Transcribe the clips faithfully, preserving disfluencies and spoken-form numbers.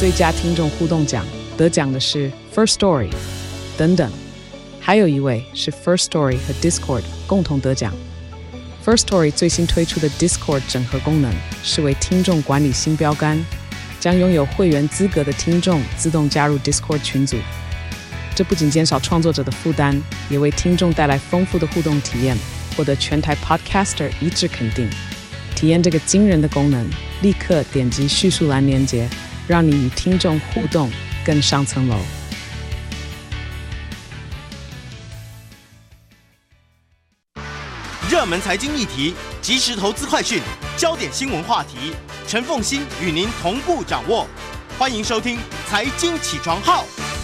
最佳听众互动奖，得奖的是 First Story 等等。还有一位是 First Story 和 Discord 共同得奖。First Story 最新推出的 Discord 整合功能是为听众管理新标杆，将拥有会员资格的听众自动加入 Discord 群组。这不仅减少创作者的负担，也为听众带来丰富的互动体验，获得全台 Podcaster 一致肯定。体验这个惊人的功能，立刻点击叙述栏连结，让你与听众互动更上层楼。 热门财经议题、即时投资快讯、焦点新闻话题，陈凤馨与您同步掌握。欢迎收听《财经起床号》。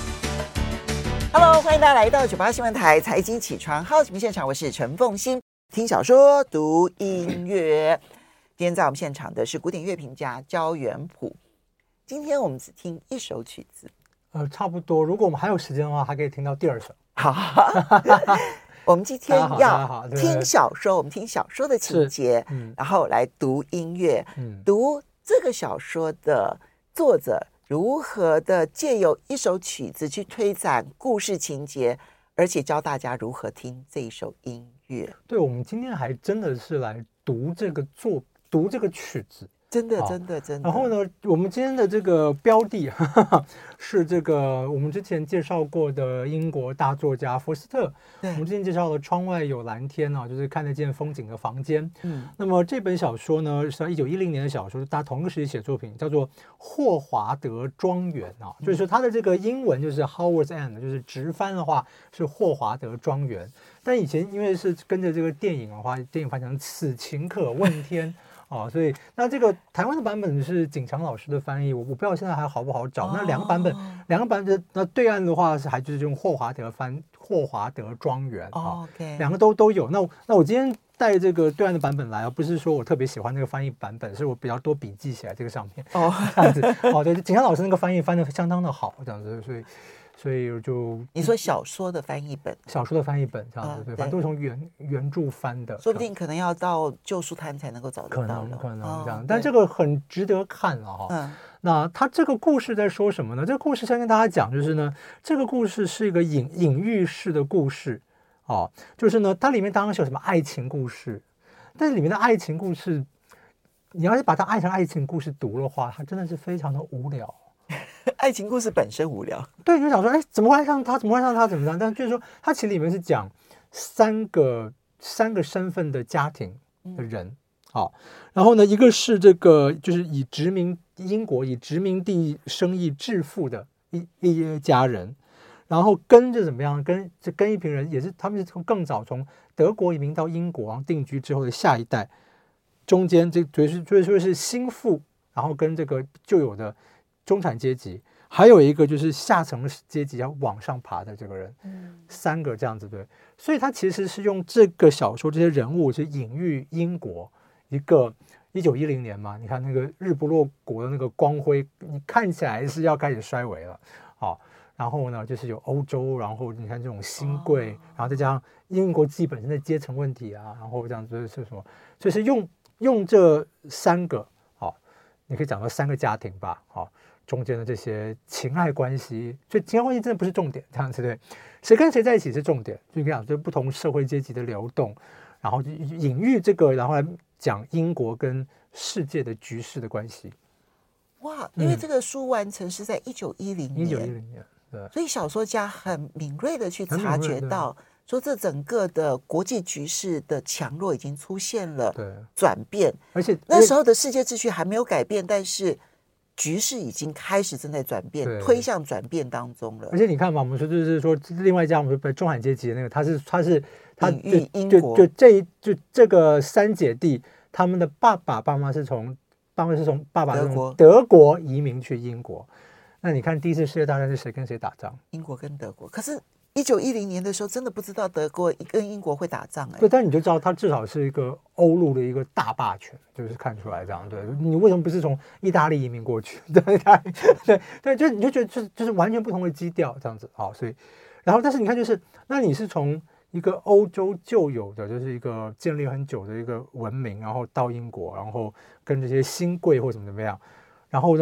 Hello， 欢迎大家来到九八新闻台《财经起床号》节目现场，我是陈凤馨。听小说，读音乐。今天在我们现场的是古典乐评家焦元溥。今天我们只听一首曲子， 呃，差不多。如果我们还有时间的话，还可以听到第二首。 好。我们今天要听小说，我们听小说的情节，嗯、然后来读音乐，嗯、读这个小说的作者如何的借由一首曲子去推展故事情节，而且教大家如何听这一首音乐。 对，我们今天还真的是来读这个作，读这个曲子。 真的真的真的。 然后呢，我们今天的这个标的哈哈是这个我们之前介绍过的英国大作家福斯特。我们之前介绍了《窗外有蓝天》啊，就是看得见风景的房间。嗯，那么这本小说呢是在一九一零年的小说，是他同一个时期写作品，叫做《霍华德庄园》啊，就是说他的这个英文就是 Howard's End， 就是直翻的话是霍华德庄园。但以前因为是跟着这个电影的话，电影翻成此情可问天。哦，所以那这个台湾的版本是景强老师的翻译，我我不知道现在还好不好找。哦、那两个版本，两个版本，那对岸的话是还就是用霍华德翻霍华德庄园啊，哦 okay、两个都都有。那那我今天带这个对岸的版本来，不是说我特别喜欢那个翻译版本，是我比较多笔记写在这个上面。哦，这样子。哦，对，景强老师那个翻译翻得相当的好，这样子，所以。所以就你说小说的翻译本， 小说的翻译本这样子，对，反正都是从原原著翻的， 说不定可能要到旧书摊才能够找得到， 可能可能这样，但这个很值得看了哈。嗯，那他这个故事在说什么呢？这个故事先跟大家讲，就是呢，这个故事是一个隐隐喻式的故事，哦，就是呢，它里面当然是有什么爱情故事，但是里面的爱情故事，你要是把它爱成爱情故事读的话，它真的是非常的无聊。 爱情故事本身无聊， 对，就想说，哎，怎么会爱上他？怎么会爱上他？怎么样？但就是说，它其实里面是讲三个三个身份的家庭的人，好、嗯，然后呢，一个是这个就是以殖民英国以殖民地生意致富的一一家人，然后跟着怎么样？跟这跟一群人也是他们是从更早从德国移民到英国然后定居之后的下一代，中间这主要是所以说是新富，然后跟这个旧有的。中产阶级，还有一个就是下层阶级要往上爬的这个人，嗯，三个这样子对，所以他其实是用这个小说这些人物去隐喻英国一个一九一零年嘛，你看那个日不落国的那个光辉，你看起来是要开始衰微了，好、哦，然后呢就是有欧洲，然后你看这种新贵，哦、然后再加上英国自己本身的阶层问题啊，然后这样子是什么，就是用用这三个，好、哦，你可以讲到三个家庭吧，好、哦。中间的这些情爱关系，所以情爱关系真的不是重点，这样子对，谁跟谁在一起是重点，就讲就不同社会阶级的流动，然后隐喻这个，然后来讲英国跟世界的局势的关系。 哇，因为这个书完成是在一九一零年， 一九一零年，对， 所以小说家很敏锐的去察觉到，说这整个的国际局势的强弱已经出现了转变， 而且那时候的世界秩序还没有改变，但是。局势已经开始正在转变，推向转变当中了。 而且你看嘛，我们说就是说，另外一家我们说中产阶级的那个，他是他是他隐喻英国， 就就这一就这个三姐弟，他们的爸爸爸妈是从爸妈是从爸爸是从德国移民去英国。那你看第一次世界大战是谁跟谁打仗？ 英国跟德国。可是一九一零年的时候，真的不知道德国跟英国会打仗哎、欸。 对，但你就知道它至少是一个欧陆的一个大霸权，就是看出来这样。对，你为什么不是从意大利移民过去？对对对，就你就觉得就是就是完全不同的基调这样子。好，所以然后但是你看就是，那你是从一个欧洲旧有的，就是一个建立很久的一个文明，然后到英国，然后跟这些新贵或怎么怎么样，然后呢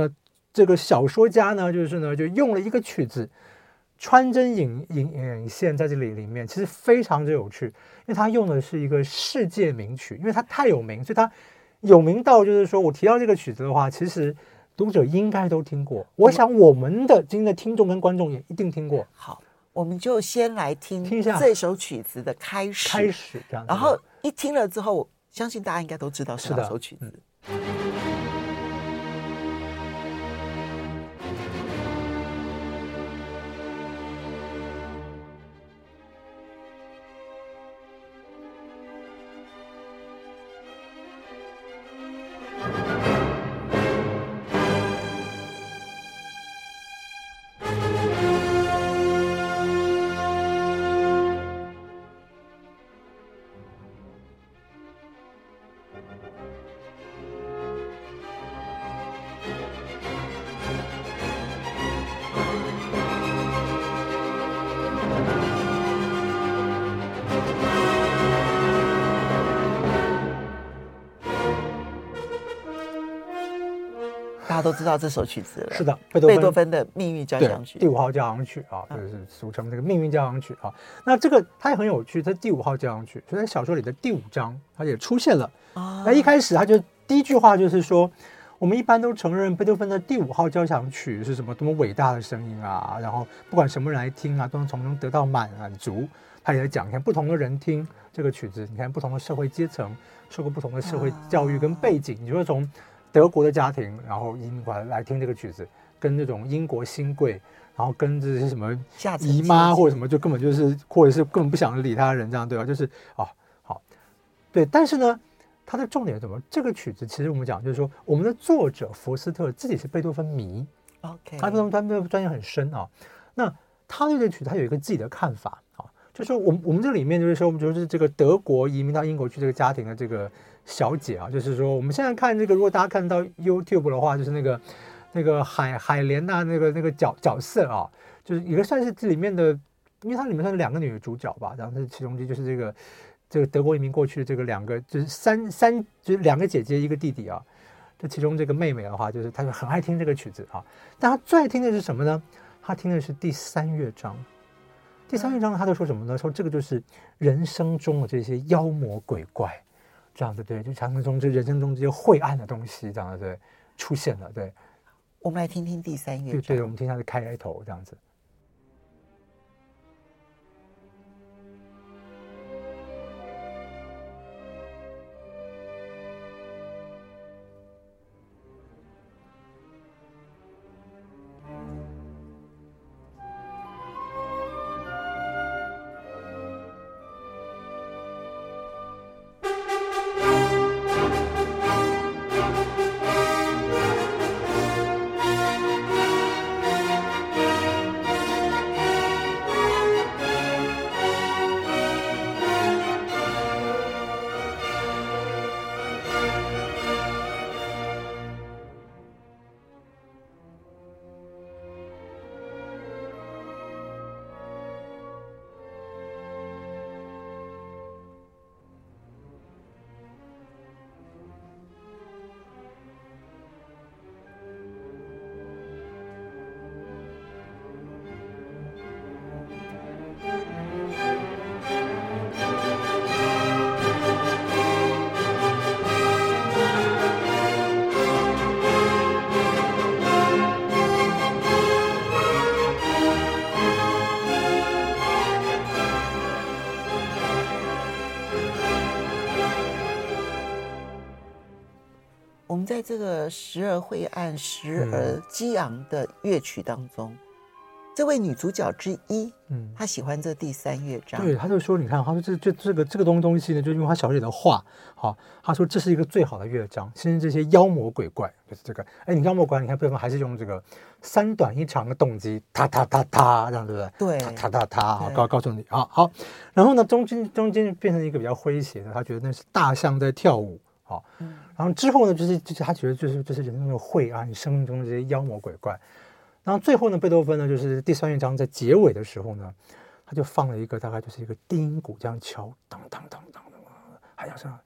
这个小说家呢，就是呢就用了一个曲子穿针引引引线在这里里面，其实非常的有趣，因为他用的是一个世界名曲，因为它太有名，所以它有名到就是说我提到这个曲子的话，其实读者应该都听过，我想我们的今天的听众跟观众也一定听过。 好，我们就先来听听一下这首曲子的开始， 开始这样， 然后一听了之后，相信大家应该都知道是哪首曲子。大家都知道这首曲子了， 是的， 贝多芬，贝多芬的命运交响曲， 第五号交响曲啊，就是俗称这个命运交响曲啊。那这个它也很有趣，这第五号交响曲，所以在小说里的第五章它也出现了。那、哦、一开始他就第一句话就是说，我们一般都承认贝多芬的第五号交响曲是什么多么伟大的声音啊，然后不管什么人来听啊，都能从中得到满满足。他也在讲，你看不同的人听这个曲子，你看不同的社会阶层，受过不同的社会教育跟背景，哦、你说从德国的家庭，然后移民过来来听这个曲子，跟那种英国新贵，然后跟这些什么姨妈或者什么，就根本就是，或者是根本不想理他的人，这样对吧？就是啊，好，对。但是呢，它的重点是什么？这个曲子其实我们讲就是说，我们的作者佛斯特自己是贝多芬迷 ，OK， 他贝多芬他专业很深啊。那他对这个曲子他有一个自己的看法啊，就是说我们我们这里面就是说，我们就是这个德国移民到英国去这个家庭的这个小姐啊，就是说我们现在看这个，如果大家看到 YouTube 的话，就是那个那个海海莲娜那个那个角角色啊，就是一个算是这里面的，因为它里面算是两个女主角吧，然后其中就是这个这个德国移民过去的这个两个，就是三三就是两个姐姐一个弟弟啊，这其中这个妹妹的话，就是她就很爱听这个曲子啊，但她最爱听的是什么呢？她听的是第三乐章。第三乐章她就说什么呢？说这个就是人生中的这些妖魔鬼怪。这样子对，就常中这人生中这些晦暗的东西，这样子对出现了。对， 我们来听听第三乐章。 对对，我们听它的开头这样子。 我们在这个时而晦暗、时而激昂的乐曲当中，嗯、这位女主角之一，嗯，她喜欢这第三乐章。 对，她就说：“你看，她说这这这个这个东东西呢，就因为她小说里的话，好，她说这是一个最好的乐章。现在这些妖魔鬼怪，就是这个，哎，你妖魔鬼怪，你看贝多芬还是用这个三短一长的动机，哒哒哒哒，这样对不对？ 对， 哒哒哒，好，告告诉你啊，好。然后呢，中间中间变成一个比较诙谐的，他觉得那是大象在跳舞。”好，然后之后呢，就是就是他觉得就是就是人生中的晦暗，生命中的这些妖魔鬼怪。然后最后呢，贝多芬呢，就是第三乐章在结尾的时候呢，他就放了一个大概就是一个低音鼓这样敲，当当当当当，还要这样。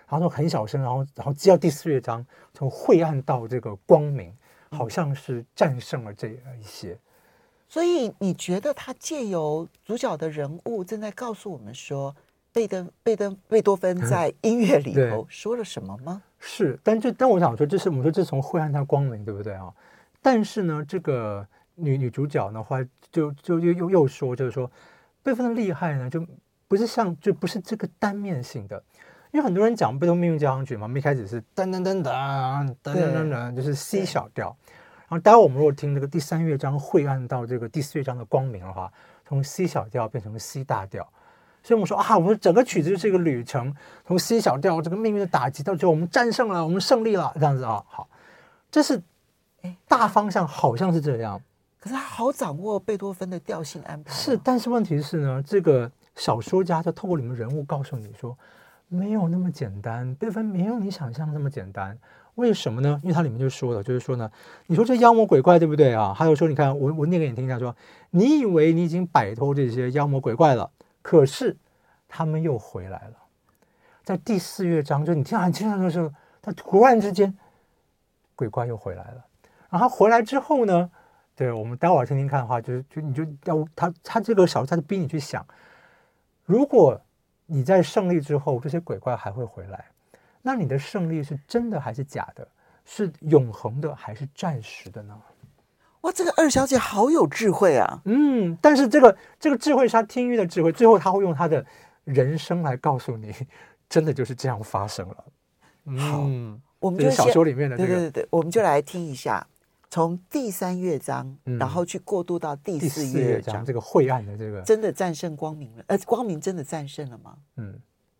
然后很小声，然后然后接到第四乐章，从晦暗到这个光明，好像是战胜了这一些。 所以你觉得他借由主角的人物正在告诉我们说，贝登贝登贝多芬在音乐里头说了什么吗？ 是，但这但我想说，这是我们说这是从晦暗到光明，对不对啊？但是呢，这个女女主角的话，就就又又又说，就是说贝多芬的厉害呢，就不是像就不是这个单面性的。因为很多人讲贝多芬命运交响曲嘛，我们一开始是噔噔噔噔噔噔噔噔，就是 C 小调。然后待会我们如果听这个第三乐章晦暗到这个第四乐章的光明的话，从 C 小调变成 C 大调。所以我们说啊，我们整个曲子就是一个旅程，从 C 小调这个命运的打击到最后我们战胜了，我们胜利了，这样子啊。好，这是大方向好像是这样。 可是他好掌握贝多芬的调性安排。 是，但是问题是呢，这个小说家就透过你们人物告诉你说，没有那么简单，贝多芬没有你想象那么简单。为什么呢？因为它里面就说了，就是说呢，你说这妖魔鬼怪对不对啊？还有说，你看我我念给你听一下，说你以为你已经摆脱这些妖魔鬼怪了，可是他们又回来了。在第四乐章，就你听很清楚的时候，他突然之间鬼怪又回来了。然后他回来之后呢，对我们待会儿听听看的话，就是就你就要他他这个小说他就逼你去想，如果你在胜利之后，这些鬼怪还会回来。那你的胜利是真的还是假的？是永恒的还是暂时的呢？ 哇，这个二小姐好有智慧啊！ 嗯，但是这个这个智慧是她听音乐的智慧，最后她会用她的人生来告诉你，真的就是这样发生了。 嗯，好，我们就小说里面的这个， 对对对，我们就来听一下，从第三乐章，嗯、然后去过渡到第四乐章， 这个晦暗的这个， 真的战胜光明了，呃，光明真的战胜了吗？嗯。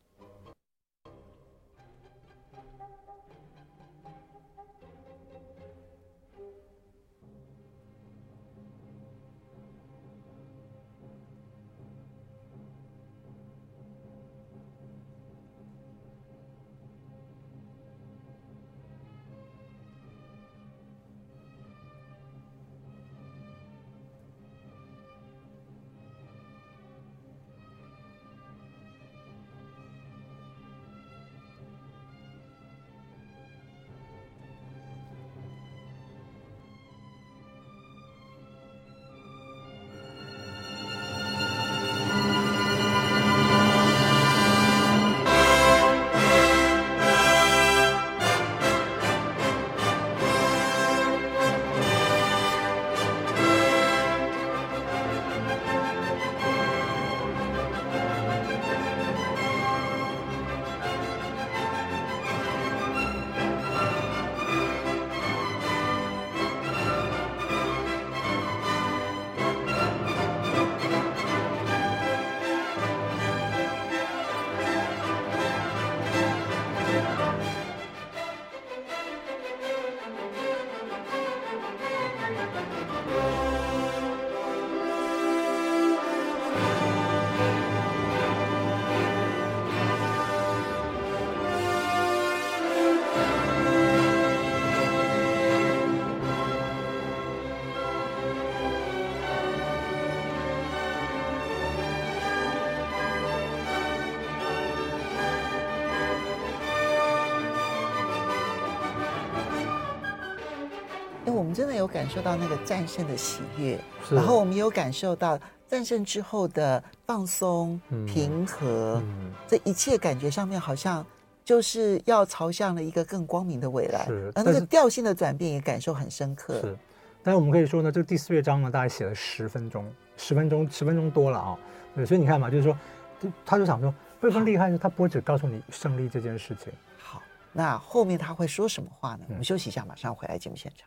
我们真的有感受到那个战胜的喜悦，然后我们有感受到战胜之后的放松、嗯、平和、嗯，这一切感觉上面好像就是要朝向了一个更光明的未来。是，而那个调性的转变也感受很深刻。是， 但是我们可以说呢，这个第四乐章呢，大概写了十分钟，十分钟，十分钟多了啊、哦。对，所以你看嘛，就是说，他就想说，贝多芬厉害是他不会只告诉你胜利这件事情。 好，那后面他会说什么话呢？我们休息一下，马上回来节目现场。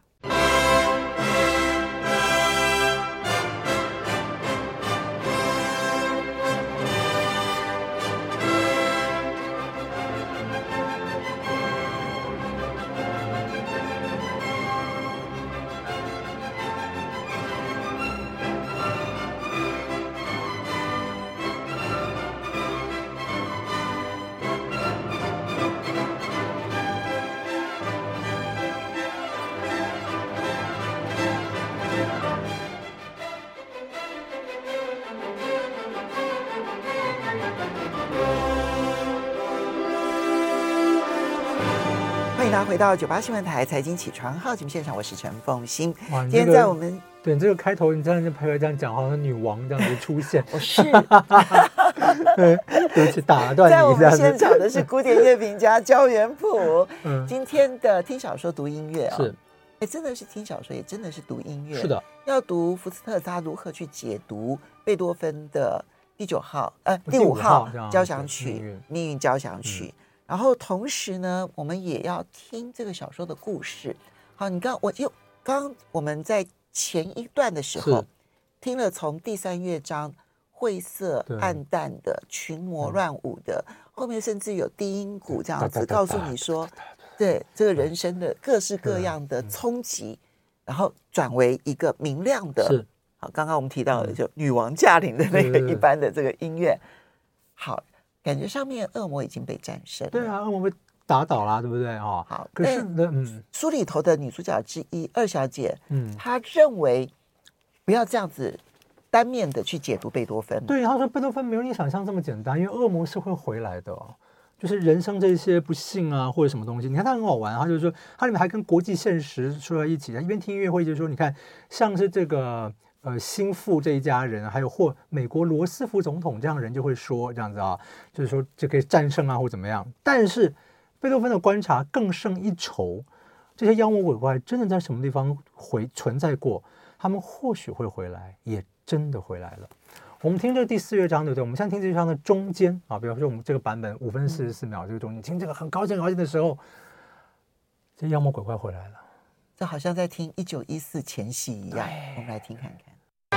家回到九八新闻台财经起床号节目现场，我是陈凤馨。 哇， 今天在我们对你这个开头，你这样就配合这样讲，好像女王这样子出现。 我是， 对，对不起，打断你。 在我们现场的是古典乐评家焦元溥。 嗯， 今天的听小说读音乐啊、哦， 是， 哎，真的是听小说，也真的是读音乐。 是的， 要读福斯特扎如何去解读贝多芬的第九号呃第五五号号交响曲《命运交响曲》。嗯，然后同时呢，我们也要听这个小说的故事。好，你刚我就刚我们在前一段的时候听了从第三乐章晦涩暗淡的群魔乱舞的，后面甚至有低音鼓这样子告诉你说，对这个人生的各式各样的冲击，然后转为一个明亮的。 是， 好，刚刚我们提到的就女王驾临的那个一般的这个音乐。好。感觉上面恶魔已经被战胜了。 对啊，恶魔被打倒了，对不对？哦， 好， 可是呢，嗯， 书里头的女主角之一二小姐， 嗯， 她认为不要这样子单面的去解读贝多芬。 对，她说贝多芬没有你想象这么简单，因为恶魔是会回来的哦。就是人生这些不幸啊，或者什么东西，你看它很好玩，他就是说，它里面还跟国际现实说在一起。一边听音乐会就说，你看，像是这个。呃，心腹这一家人，还有或美国罗斯福总统这样人就会说这样子啊，就是说这可以战胜啊，或怎么样。但是贝多芬的观察更胜一筹，这些妖魔鬼怪真的在什么地方回存在过，他们或许会回来，也真的回来了。我们听这个第四乐章，对不对？我们现在听这乐章的中间啊，比方说我们这个版本五分四十四秒这个中间，听这个很高兴很高兴的时候，这妖魔鬼怪回来了。 这好像在听一九一四前夕一样，我们来听看看。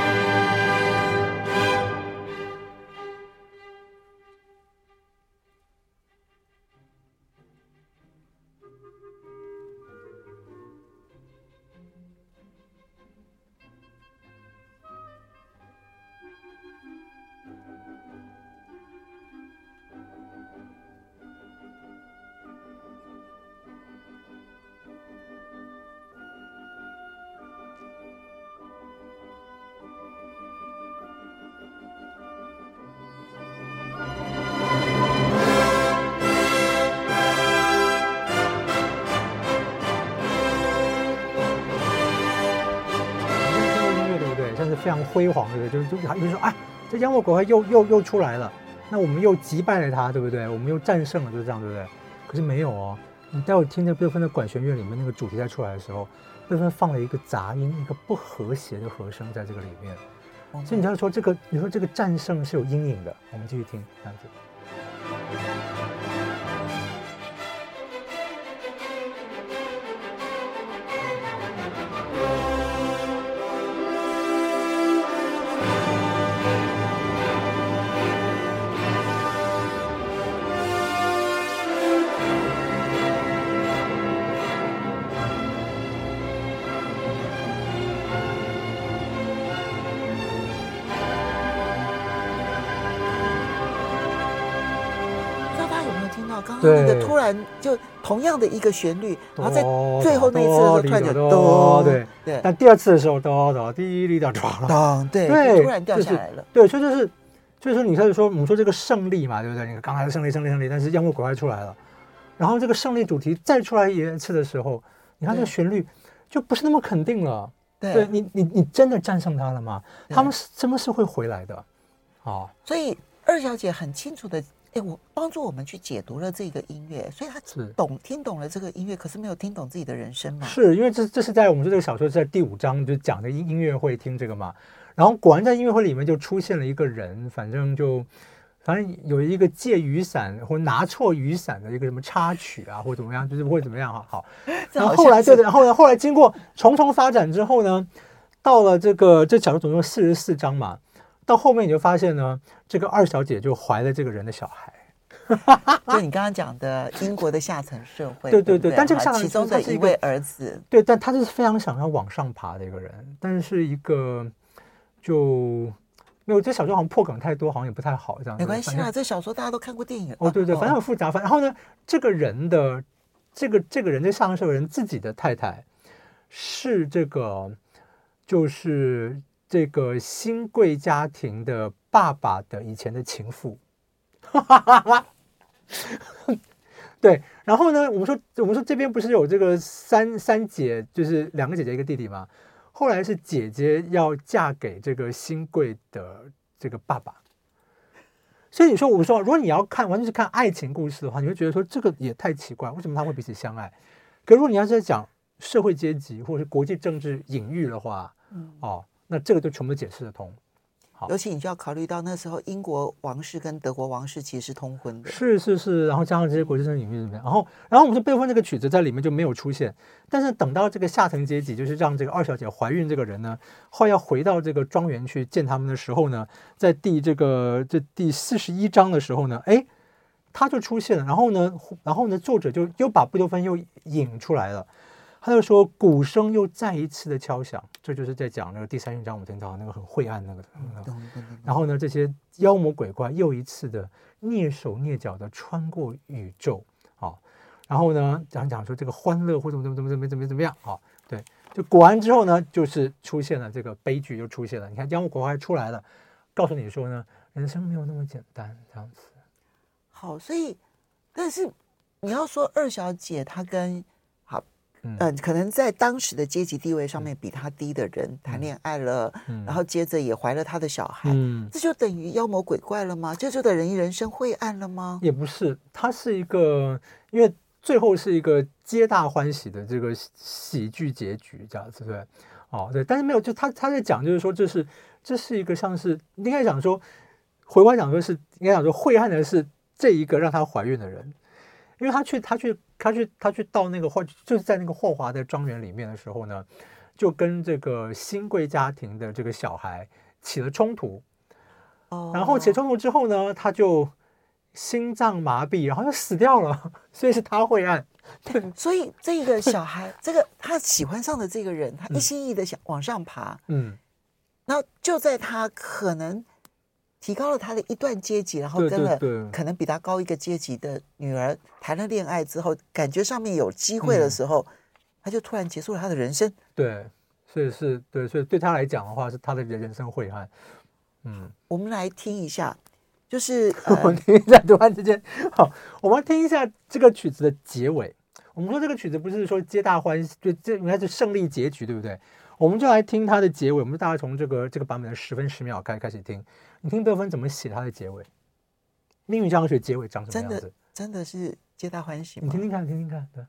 非常辉煌，对不对？就就就说，哎，这妖魔鬼怪又又又出来了，那我们又击败了他，对不对？我们又战胜了，就是这样，对不对？可是没有哦，你待会听那贝多芬的管弦乐里面那个主题再出来的时候，贝多芬放了一个杂音，一个不和谐的和声在这个里面，所以你要说这个，你说这个战胜是有阴影的。我们继续听，这样子。 刚刚那个突然就同样的一个旋律，然后在最后那一次的时候突然就咚， 对对，但第二次的时候咚咚滴滴咚咚， 对对，突然掉下来了。 对，所以就是就是说，你开始说我们说这个胜利嘛，对不对？你看刚才的胜利胜利胜利，但是妖魔鬼怪出来了，然后这个胜利主题再出来一次的时候，你看这个旋律就不是那么肯定了。对你你你真的战胜他了吗？他们是真的是会回来的，哦。 所以二小姐很清楚的。哎，我帮助我们去解读了这个音乐，所以他懂听懂了这个音乐，可是没有听懂自己的人生嘛？ 是因为这这是在我们说这个小说是在第五章就讲的音乐会听这个嘛，然后果然在音乐会里面就出现了一个人，反正就反正有一个借雨伞或拿错雨伞的一个什么插曲啊，或怎么样，就是会怎么样哈好。然后后来对对，然后呢后来经过重重发展之后呢，到了这个这小说总共四十四章嘛。到后面你就发现呢，这个二小姐就怀了这个人的小孩， 就你刚刚讲的英国的下层社会， 对对对， 对但这个下层其中的一位儿子， 对，但他是非常想要往上爬的一个人，但是一个就没有这小说好像破梗太多，好像也不太好，这样没关系啦，这小说大家都看过电影哦，对对，反正很复杂，反然后呢，这个人的这个这个人这下层社会人自己的太太是这个就是。这个新贵家庭的爸爸的以前的情妇，对对，然后呢，我们说我们说这边不是有这个三三姐，就是两个姐姐一个弟弟吗？后来是姐姐要嫁给这个新贵的这个爸爸。所以你说，我说，如果你要看完全是看爱情故事的话，你会觉得说这个也太奇怪，为什么他会彼此相爱？可如果你要是在讲社会阶级或者是国际政治隐喻的话，嗯，哦，那这个就全部解释得通。 尤其你就要考虑到那时候英国王室跟德国王室其实是通婚的， 是是是，然后加上这些国际政治隐喻，然后然后我们说贝多芬这个曲子在里面就没有出现，但是等到这个下层阶级，就是让这个二小姐怀孕这个人呢，后来要回到这个庄园去见他们的时候呢，在第这个这第四十一章的时候呢，哎，他就出现了，然后呢，然后呢，作者就又把贝多芬又引出来了。他就说，鼓声又再一次的敲响，这就是在讲那个第三乐章我们听到那个很晦暗那个。然后呢，这些妖魔鬼怪又一次的蹑手蹑脚的穿过宇宙，好，然后呢，讲讲说这个欢乐或怎么怎么怎么怎么怎么怎么样，好，对，就果完之后呢，就是出现了这个悲剧，又出现了。你看妖魔鬼怪出来了，告诉你说呢，人生没有那么简单，这样子。 好，所以，但是你要说二小姐她跟嗯、呃，可能在当时的阶级地位上面比他低的人、嗯、谈恋爱了、嗯，然后接着也怀了他的小孩，嗯，这就等于妖魔鬼怪了吗？这就等于人生晦暗了吗？ 也不是，它是一个，因为最后是一个皆大欢喜的这个喜剧结局，这样子对，哦对，但是没有，就他他在讲，就是说这是这是一个像是应该讲说，回过来讲说是应该讲说晦暗的是这一个让她怀孕的人。因为他去，他去，他去，他去到那个霍，就是在那个霍华的庄园里面的时候呢，就跟这个新贵家庭的这个小孩起了冲突。哦。然后起了冲突之后呢，他就心脏麻痹，然后就死掉了。所以是他晦暗。 对。所以这个小孩，这个他喜欢上的这个人，他一心一意的想往上爬。嗯。然后就在他可能提高了他的一段阶级，然后跟了可能比他高一个阶级的女儿谈了恋爱之后，感觉上面有机会的时候，嗯、他就突然结束了他的人生。 对，所以是对，所以对他来讲的话，是他的人生晦暗。嗯， 我们来听一下，就是、 呃、我们听一下，突然之间，好，我们听一下这个曲子的结尾。我们说这个曲子不是说皆大欢喜，就这应该是胜利结局，对不对？我们就来听它的结尾，我们大概从这个这个版本的十分十秒开开始听。你听贝多芬怎么写它的结尾？命运交响曲结尾长什么样子？ 真的真的是皆大欢喜吗？ 你听听看，听听看，对。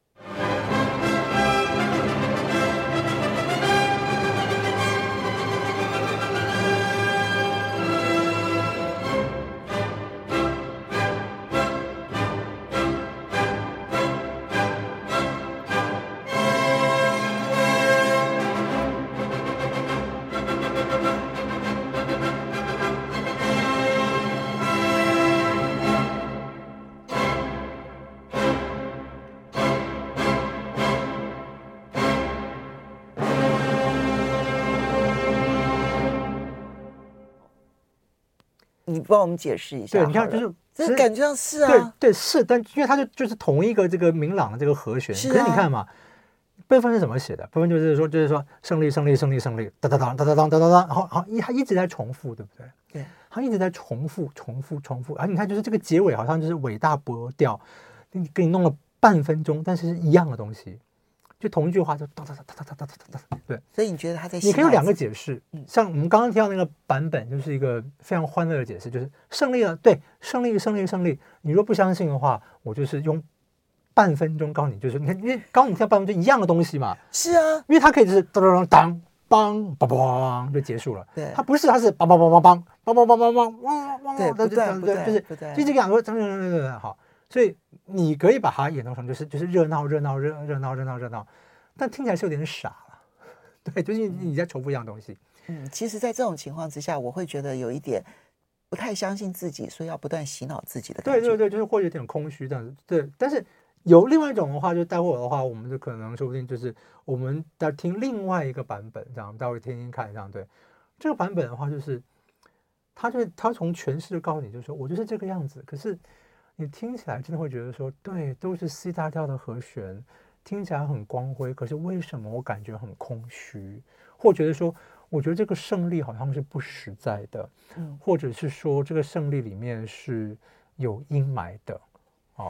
你帮我们解释一下。 对，你看，就是这感觉上是啊， 对对是，但因为它就就是同一个这个明朗的这个和弦，是啊、可是你看嘛，贝多芬是怎么写的？贝多芬就是说，就是说胜利，胜利，胜利，胜利，哒哒哒哒哒哒哒哒，然后好一他一直在重复，对不对？ 对， 他一直在重复，重复，重复。而你看，就是这个结尾好像就是伟大博调，你给你弄了半分钟，但是是一样的东西。就同一句话就哒哒哒哒哒哒哒哒哒，对。 所以你觉得他在？ 你可以有两个解释，嗯，像我们刚刚听到那个版本，就是一个非常欢乐的解释，就是胜利了，对，胜利，胜利，胜利。你若不相信的话，我就是用半分钟告诉你，就是你看，因为刚刚你听到半分钟一样的东西嘛， 是啊， 因为它可以就是当当当梆梆梆就结束了， 对， 它不是，它是梆梆梆梆梆梆梆梆梆梆梆梆， 对，不对，不对， 就是就这个样说，等等等等好，所以你可以把它演弄成就是就是热闹热闹热热闹热闹热闹。但听起来是有点傻了，对，就是你在重复一样东西。 嗯，其实，在这种情况之下，我会觉得有一点不太相信自己，所以要不断洗脑自己的感觉。 对对对，就是会有点空虚这样子。对，但是有另外一种的话，就待会儿的话，我们就可能说不定就是我们在听另外一个版本，这样待会儿听听看，这样对。这个版本的话，就是他就他从诠释就告诉你，就是说我就是这个样子。可是你听起来真的会觉得说，对，都是 C 大调的和弦。听起来很光辉，可是为什么我感觉很空虚？或觉得说，我觉得这个胜利好像是不实在的，嗯，或者是说这个胜利里面是有阴霾的，哦。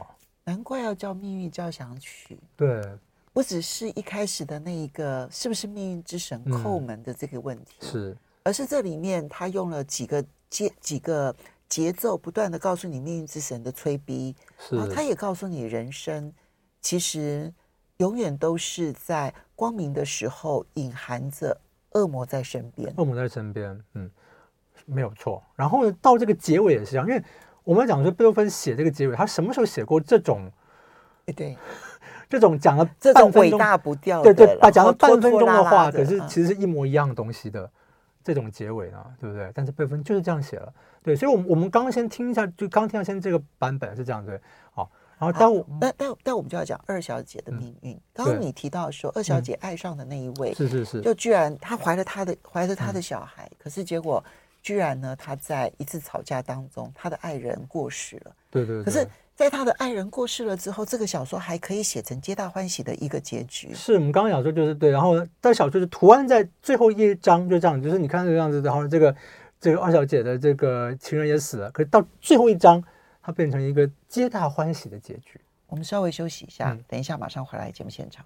难怪要叫命运交响曲。 对， 不只是一开始的那一个是不是命运之神叩门的这个问题， 嗯、是， 而是这里面他用了几个节几个节奏，不断的告诉你命运之神的催逼，然后他也告诉你人生其实永远都是在光明的时候隐含着恶魔在身边， 恶魔在身边，嗯，没有错。然后到这个结尾也是这样，因为我们讲说贝多芬写这个结尾，他什么时候写过这种， 对， 这种讲了这种伟大不掉的，对对，把讲了半分钟的话， 拖拖拉拉的可是其实是一模一样的东西的。这种结尾呢，对不对？但是贝多芬就是这样写了，对，所以，我们我们刚刚先听一下，就刚听到先这个版本是这样，对，好，然后但我但但但我们就要讲二小姐的命运。嗯、刚刚你提到说，二小姐爱上的那一位， 是是是， 就居然她怀了她的怀了她的小孩，嗯、可是结果居然呢，她在一次吵架当中，她的爱人过世了， 对对对， 可是。在他的爱人过世了之后，这个小说还可以写成皆大欢喜的一个结局。 是我们刚刚讲说就是对，然后但小说的图案在最后一章就这样，就是你看这个样子，然后这个这个二小姐的这个情人也死了，可是到最后一章，它变成一个皆大欢喜的结局。 我们稍微休息一下，嗯、等一下马上回来节目现场。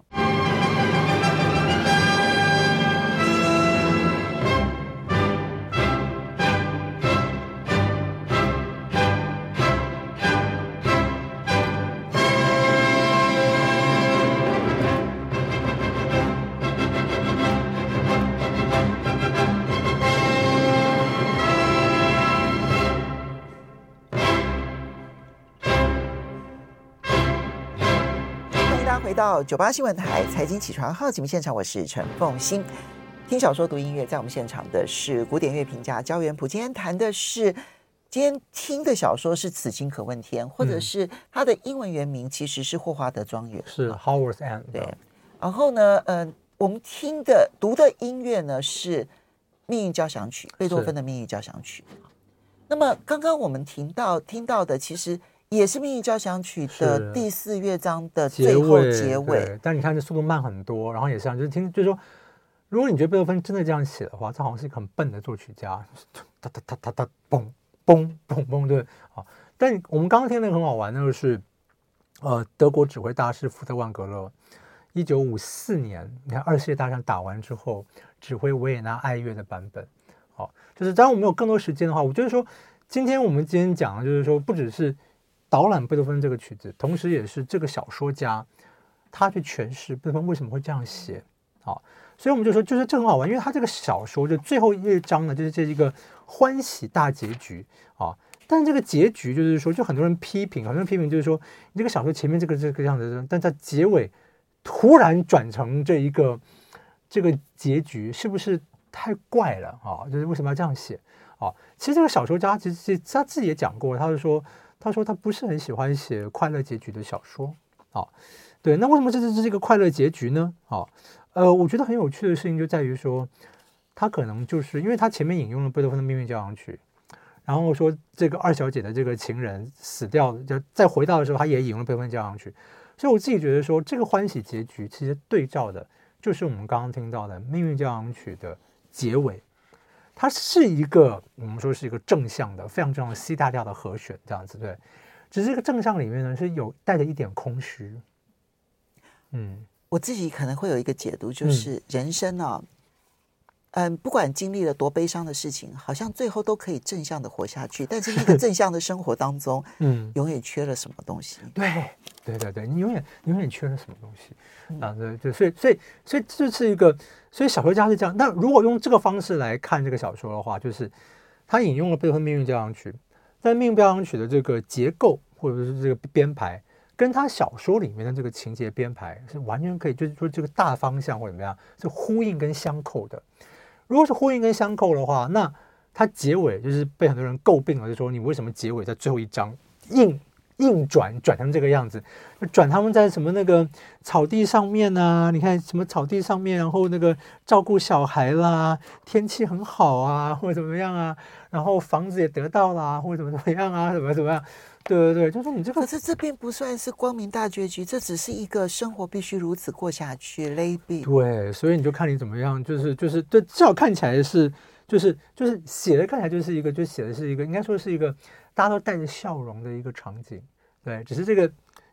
回到九八新闻台财经起床号节目现场，我是陈凤馨。听小说读音乐，在我们现场的是古典乐评家焦元溥。今天谈的是，今天听的小说是《此情可问天》，或者是它的英文原名其实是《霍华德庄园》， 是 Howard's End。 对，然后呢，呃，我们听的读的音乐呢是《命运交响曲》，贝多芬的《命运交响曲》。那么刚刚我们听到听到的，其实。也是《命运交响曲》的第四乐章的最后结尾， 但你看这速度慢很多，然后也是这样，就是听，就是说，如果你觉得贝多芬真的这样写的话，这好像是一个很笨的作曲家，哒哒哒哒哒，嘣嘣嘣嘣，对，好。但我们刚刚听那个很好玩，那个是，呃，德国指挥大师福特万格勒，一九五四年，你看二次世界大战打完之后，指挥维也纳爱乐的版本，好，就是当然我们有更多时间的话，我觉得说，今天我们今天讲的就是说，不只是。导览贝多芬这个曲子，同时也是这个小说家他去诠释贝多芬为什么会这样写，好，所以我们就说，就是这很好玩，因为他这个小说就最后一章呢，就是这一个欢喜大结局啊。但这个结局就是说，就很多人批评，很多人批评就是说，你这个小说前面这个这个样子，但在结尾突然转成这一个这个结局，是不是太怪了啊？就是为什么要这样写啊？其实这个小说家其实他自己也讲过，他就说。他说他不是很喜欢写快乐结局的小说，啊，对，那为什么这这是一个快乐结局呢？啊，呃，我觉得很有趣的事情就在于说，他可能就是因为他前面引用了贝多芬的《命运交响曲》，然后说这个二小姐的这个情人死掉了，就再回到的时候，他也引用了贝多芬交响曲，所以我自己觉得说，这个欢喜结局其实对照的就是我们刚刚听到的《命运交响曲》的结尾。它是一个我们说是一个正向的非常重要的 C 大调的和弦这样子，对，只是这个正向里面呢是有带着一点空虚。嗯， 我自己可能会有一个解读，就是人生啊，嗯，不管经历了多悲伤的事情，好像最后都可以正向的活下去，但是那个正向的生活当中，嗯，永远缺了什么东西。 对对对对，你永远你永远缺了什么东西。啊，对对，所以所以所以这是一个，所以小说家是这样。那如果用这个方式来看这个小说的话，就是他引用了贝多芬《命运交响曲》，但《命运交响曲》的这个结构或者是这个编排，跟他小说里面的这个情节编排是完全可以，就是说这个大方向或者怎么样是呼应跟相扣的。如果是呼应跟相扣的话，那他结尾就是被很多人诟病了，就说你为什么结尾在最后一章硬硬转转成这个样子，转他们在什么那个草地上面啊，你看什么草地上面，然后那个照顾小孩啦，天气很好啊，或者怎么样啊，然后房子也得到啦，或者怎么怎么样啊，怎么怎么样，对对对，就说你这个， 可是这并不算是光明大结局，这只是一个生活必须如此过下去 ，maybe。 对，所以你就看你怎么样，就是就是对，至少看起来是就是就是写的看起来就是一个，就写的是一个，应该说是一个大家都带着笑容的一个场景。对，只是这个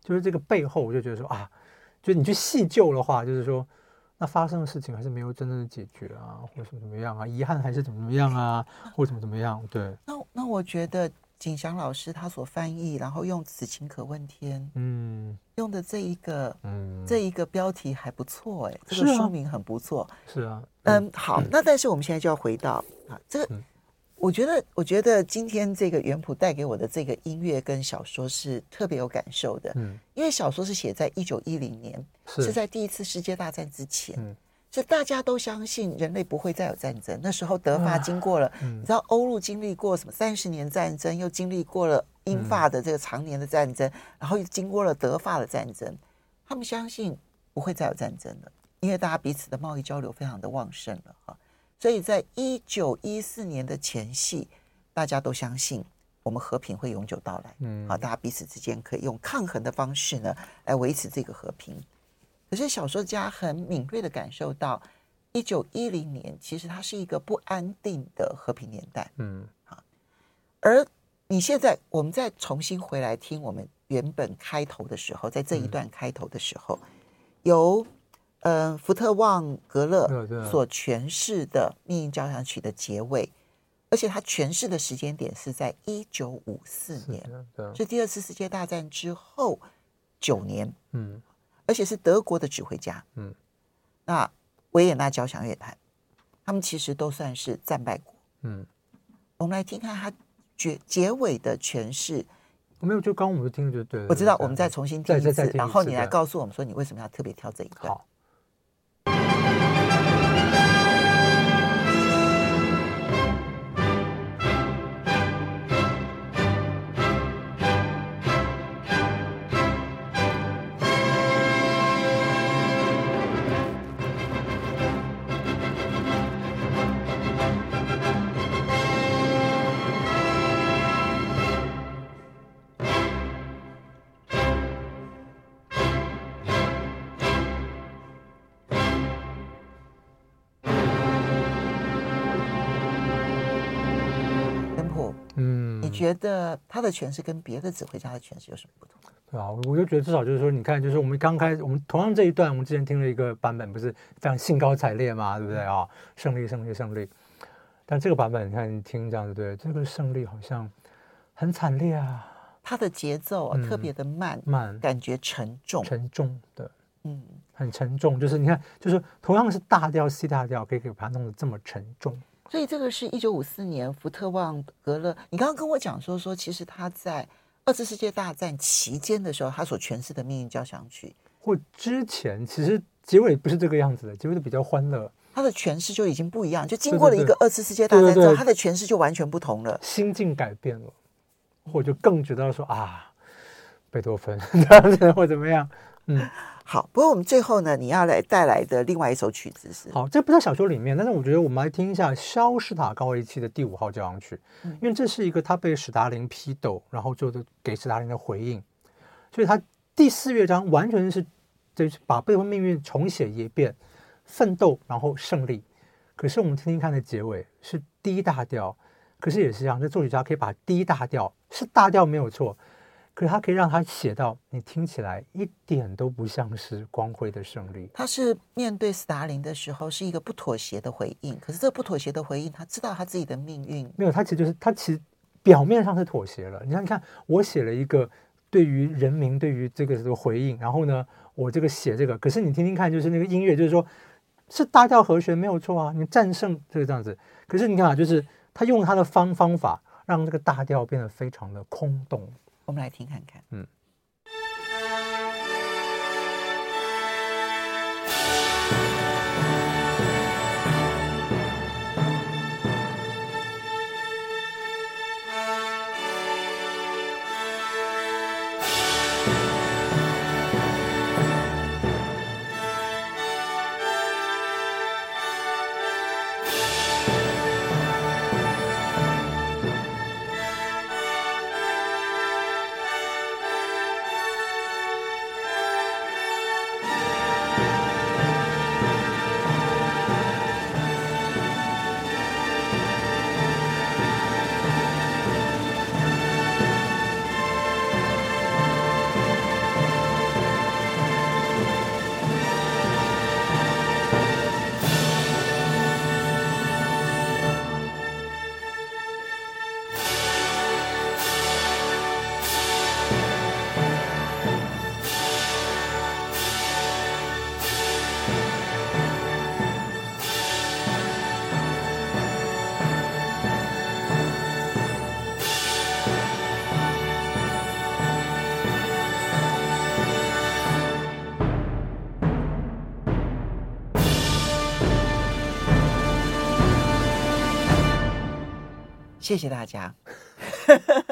就是这个背后，我就觉得说啊，就你去细究的话，就是说那发生的事情还是没有真正的解决啊，或者怎么怎么样啊，遗憾还是怎么怎么样啊，或者怎么怎么样。对， 那那我觉得景祥老师他所翻译，然后用此情可问天，嗯，用的这一个，嗯，这一个标题还不错哎，这个书名很不错。 是啊， 嗯，好，那但是我们现在就要回到啊，这个。嗯，我觉得，我觉得今天这个原谱带给我的这个音乐跟小说是特别有感受的。嗯，因为小说是写在一九一零年，是, 是在第一次世界大战之前，嗯，是大家都相信人类不会再有战争。那时候德法经过了，嗯、你知道欧陆经历过什么三十年战争，又经历过了英法的这个常年的战争，嗯、然后又经过了德法的战争，他们相信不会再有战争了，因为大家彼此的贸易交流非常的旺盛了哈。所以在一九一四年的前夕，大家都相信我们和平会永久到来，嗯，好，大家彼此之间可以用抗衡的方式呢来维持这个和平。可是小说家很敏锐的感受到，一九一零年其实它是一个不安定的和平年代，嗯，好，而你现在我们再重新回来听我们原本开头的时候，在这一段开头的时候，嗯、由呃，福特旺格勒所诠释的《命运交响曲》的结尾，而且他诠释的时间点是在一九五四年，是第二次世界大战之后九年，嗯，而且是德国的指挥家，嗯，那维也纳交响乐团，他们其实都算是战败国，嗯，我们来听看他结结尾的诠释。 没有，就刚我们听就对了。 我知道，我们再重新听一次，然后你来告诉我们说你为什么要特别挑这一段。 好。 觉得他的诠释跟别的指挥家的诠释有什么不同？ 对啊，我就觉得至少就是说，你看，就是我们刚开始，我们同样这一段，我们之前听了一个版本，不是非常兴高采烈嘛，对不对啊、哦？胜利，胜利，胜利。但这个版本，你看，你听这样子，对，这个胜利好像很惨烈啊。 它的节奏、啊嗯、特别的慢， 慢， 感觉沉重， 沉重的，嗯，很沉重。就是你看，就是同样是大调 C 大调，可以给把它弄得这么沉重。 所以这个是一九五四年福特旺格勒，你刚刚跟我讲说说，其实他在二次世界大战期间的时候，他所诠释的命运交响曲， 或之前其实结尾不是这个样子的，结尾比较欢乐， 他的诠释就已经不一样，就经过了一个二次世界大战之后，他的诠释就完全不同了， 心境改变了，或就更觉得说啊，贝多芬或怎么样，嗯。 好，不过我们最后呢，你要来带来的另外一首曲子是， 好，这不在小说里面，但是我觉得我们来听一下肖施塔高维契的第五号交响曲，嗯、因为这是一个他被史达林批斗，然后就给史达林的回应，所以他第四乐章完全是就是把贝多芬命运重写一遍，奋斗然后胜利。可是我们听听看的结尾是D大调，可是也是这样，这作曲家可以把D大调是大调没有错。可是他可以让他写到你听起来一点都不像是光辉的胜利。 他是面对斯大林的时候是一个不妥协的回应，可是这个不妥协的回应，他知道他自己的命运没有，他其实就是他其实表面上是妥协了。你看，你看，我写了一个对于人民对于这个的回应，然后呢，我这个写这个，可是你听听看，就是那个音乐，就是说是大调和弦没有错啊，你战胜这个这样子。可是你看啊，就是他用他的方方法让这个大调变得非常的空洞。 我们来听看看，嗯。 谢谢大家。